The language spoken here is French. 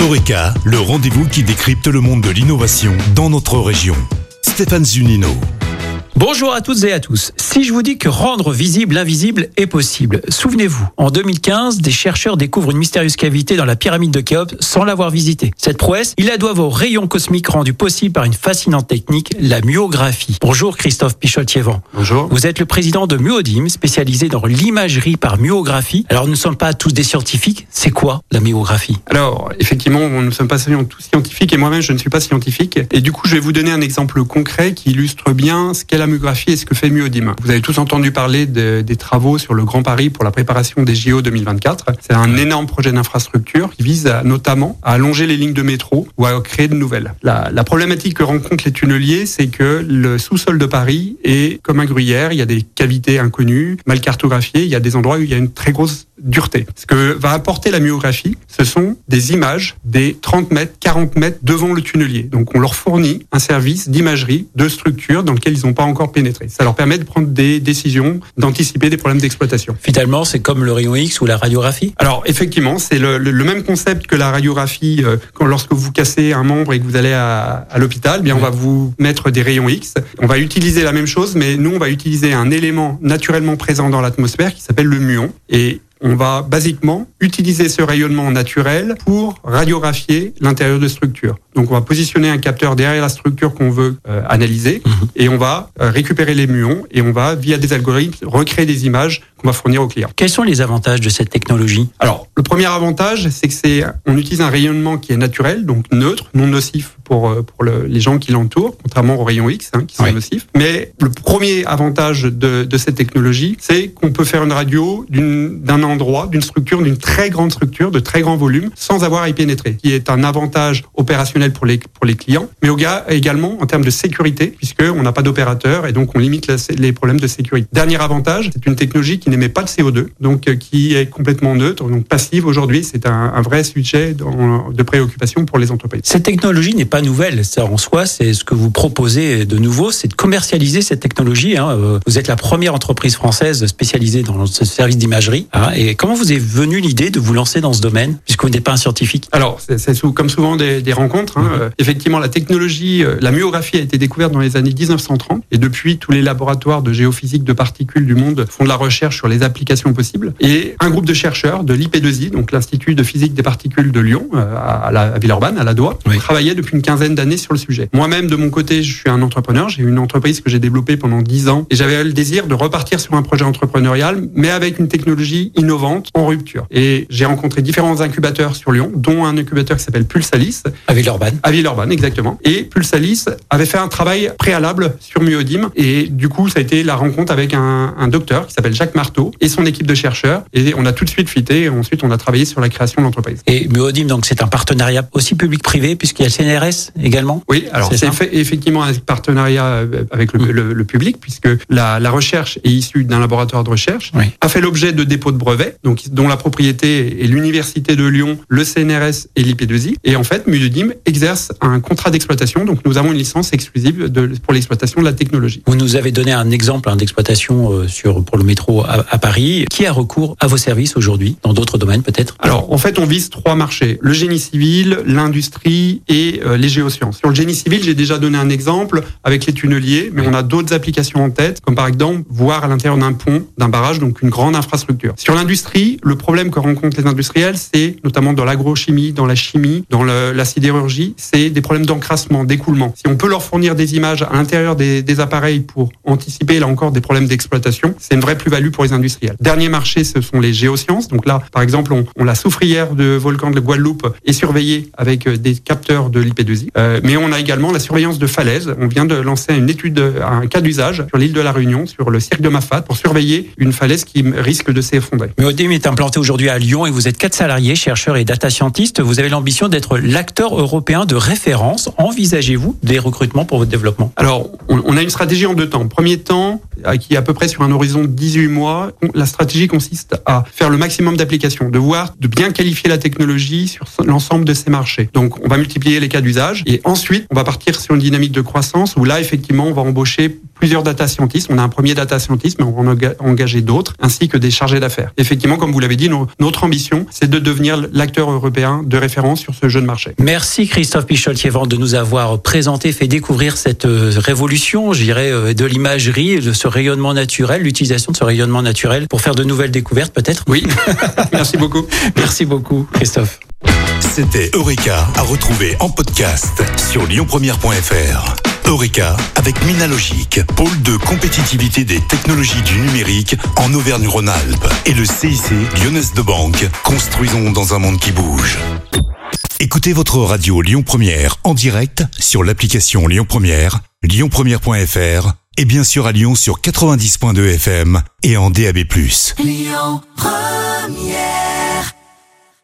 Eureka, le rendez-vous qui décrypte le monde de l'innovation dans notre région. Stéphane Zunino. Bonjour à toutes et à tous. Si je vous dis que rendre visible l'invisible est possible, souvenez-vous, en 2015, des chercheurs découvrent une mystérieuse cavité dans la pyramide de Khéops sans l'avoir visitée. Cette prouesse, ils la doivent aux rayons cosmiques rendus possibles par une fascinante technique, la myographie. Bonjour Christophe Picholt-Thiévan. Bonjour. Vous êtes le président de Myodim, spécialisé dans l'imagerie par myographie. Alors nous ne sommes pas tous des scientifiques, c'est quoi la myographie ? Alors, effectivement, nous ne sommes pas tous scientifiques et moi-même je ne suis pas scientifique. Et du coup, je vais vous donner un exemple concret qui illustre bien ce qu'est la myographie et ce que fait Myodim. Vous avez tous entendu parler des travaux sur le Grand Paris pour la préparation des JO 2024. C'est un énorme projet d'infrastructure qui vise notamment à allonger les lignes de métro ou à créer de nouvelles. La problématique que rencontrent les tunneliers, c'est que le sous-sol de Paris est comme un gruyère. Il y a des cavités inconnues, mal cartographiées. Il y a des endroits où il y a une très grosse dureté. Ce que va apporter la myographie, ce sont des images des 30 mètres, 40 mètres devant le tunnelier. Donc on leur fournit un service d'imagerie, de structure dans lequel ils n'ont pas encore pénétré. Ça leur permet de prendre des décisions, d'anticiper des problèmes d'exploitation. Finalement, c'est comme le rayon X ou la radiographie ? Alors effectivement, c'est le même concept que la radiographie. Lorsque vous cassez un membre et que vous allez à l'hôpital, bien on va vous mettre des rayons X. On va utiliser la même chose, mais nous on va utiliser un élément naturellement présent dans l'atmosphère qui s'appelle le muon. Et on va basiquement utiliser ce rayonnement naturel pour radiographier l'intérieur de structures. Donc on va positionner un capteur derrière la structure qu'on veut analyser et on va récupérer les muons et on va, via des algorithmes, recréer des images qu'on va fournir aux clients. Quels sont les avantages de cette technologie ? Alors, le premier avantage, c'est que on utilise un rayonnement qui est naturel, donc neutre, non nocif pour les gens qui l'entourent, contrairement aux rayons X qui sont nocifs. Mais le premier avantage de cette technologie, c'est qu'on peut faire une radio d'un endroit, d'une structure, d'une très grande structure, de très grand volume, sans avoir à y pénétrer, qui est un avantage opérationnel pour les clients, mais également en termes de sécurité, puisqu'on n'a pas d'opérateur et donc on limite les problèmes de sécurité. Dernier avantage, c'est une technologie qui n'émet pas de CO2, donc qui est complètement neutre, donc passive. Aujourd'hui, c'est un vrai sujet de préoccupation pour les entreprises. Cette technologie n'est pas nouvelle, ça en soi, c'est ce que vous proposez de nouveau, c'est de commercialiser cette technologie. Vous êtes la première entreprise française spécialisée dans ce service d'imagerie. Et comment vous est venue l'idée de vous lancer dans ce domaine, puisque vous n'êtes pas un scientifique ? Alors, c'est comme souvent des rencontres. Effectivement, la technologie, la myographie a été découverte dans les années 1930, et depuis, tous les laboratoires de géophysique de particules du monde font de la recherche sur les applications possibles. Et un groupe de chercheurs de l'IP2I, donc l'Institut de physique des particules de Lyon, à Villeurbanne, à la Doua, travaillait depuis une quinzaine d'années sur le sujet. Moi-même, de mon côté, je suis un entrepreneur. J'ai une entreprise que j'ai développée pendant 10 ans et j'avais le désir de repartir sur un projet entrepreneurial, mais avec une technologie innovante, en rupture. Et j'ai rencontré différents incubateurs sur Lyon, dont un incubateur qui s'appelle Pulsalis. À Villeurbanne. À Villeurbanne, exactement. Et Pulsalis avait fait un travail préalable sur Myodim. Et du coup, ça a été la rencontre avec un docteur qui s'appelle Jacques Marteau et son équipe de chercheurs. Et on a tout de suite fité. Et ensuite, on a travaillé sur la création de l'entreprise. Et Myodim, donc, c'est un partenariat aussi public-privé, puisqu'il y a le CNRS également. Oui, alors c'est effectivement un partenariat avec le public, puisque la recherche est issue d'un laboratoire de recherche, a fait l'objet de dépôts de brevets, donc dont la propriété est l'Université de Lyon, le CNRS et l'IP2I. Et en fait, Myodim exerce un contrat d'exploitation, donc nous avons une licence exclusive pour l'exploitation de la technologie. Vous nous avez donné un exemple d'exploitation pour le métro à Paris. Qui a recours à vos services aujourd'hui, dans d'autres domaines peut-être ? Alors, en fait, on vise 3 marchés. Le génie civil, l'industrie et les géosciences. Sur le génie civil, j'ai déjà donné un exemple avec les tunneliers, mais on a d'autres applications en tête, comme par exemple voir à l'intérieur d'un pont, d'un barrage, donc une grande infrastructure. Sur l'industrie, le problème que rencontrent les industriels, c'est notamment dans l'agrochimie, dans la chimie, dans la sidérurgie, c'est des problèmes d'encrassement, d'écoulement. Si on peut leur fournir des images à l'intérieur des appareils pour anticiper, là encore, des problèmes d'exploitation, c'est une vraie plus-value pour les industriels. Dernier marché, ce sont les géosciences. Donc là, par exemple, la soufrière de volcan de Guadeloupe est surveillée avec des capteurs de l'IP2I. Mais on a également la surveillance de falaises. On vient de lancer une étude, un cas d'usage sur l'île de la Réunion, sur le cirque de Mafate, pour surveiller une falaise qui risque de s'effondrer. Myodim est implanté aujourd'hui à Lyon et vous êtes 4 salariés, chercheurs et data scientists. Vous avez l'ambition d'être l'acteur européen de référence. Envisagez-vous des recrutements pour votre développement ? Alors, on a une stratégie en 2 temps. Premier temps, qui est à peu près sur un horizon de 18 mois, mois, la stratégie consiste à faire le maximum d'applications, de bien qualifier la technologie sur l'ensemble de ces marchés. Donc, on va multiplier les cas d'usage et ensuite, on va partir sur une dynamique de croissance où là, effectivement, on va embaucher plusieurs data scientists. On a un premier data scientist, mais on va en engager d'autres, ainsi que des chargés d'affaires. Effectivement, comme vous l'avez dit, notre ambition, c'est de devenir l'acteur européen de référence sur ce jeu de marché. Merci Christophe Picholtier-Vente de nous avoir présenté, fait découvrir cette révolution, je dirais, de l'imagerie, de ce rayonnement naturel, l'utilisation de ce rayonnement naturel pour faire de nouvelles découvertes peut-être. Oui, merci beaucoup. Merci beaucoup Christophe. C'était Eureka, à retrouver en podcast sur lyonpremière.fr. Eureka avec Minalogic, pôle de compétitivité des technologies du numérique en Auvergne-Rhône-Alpes, et le CIC Lyonnaise de Banque. Construisons dans un monde qui bouge. Écoutez votre radio Lyon Première en direct sur l'application Lyon Première, lyonpremière.fr et bien sûr à Lyon sur 90.2 FM et en DAB+. Lyon Première.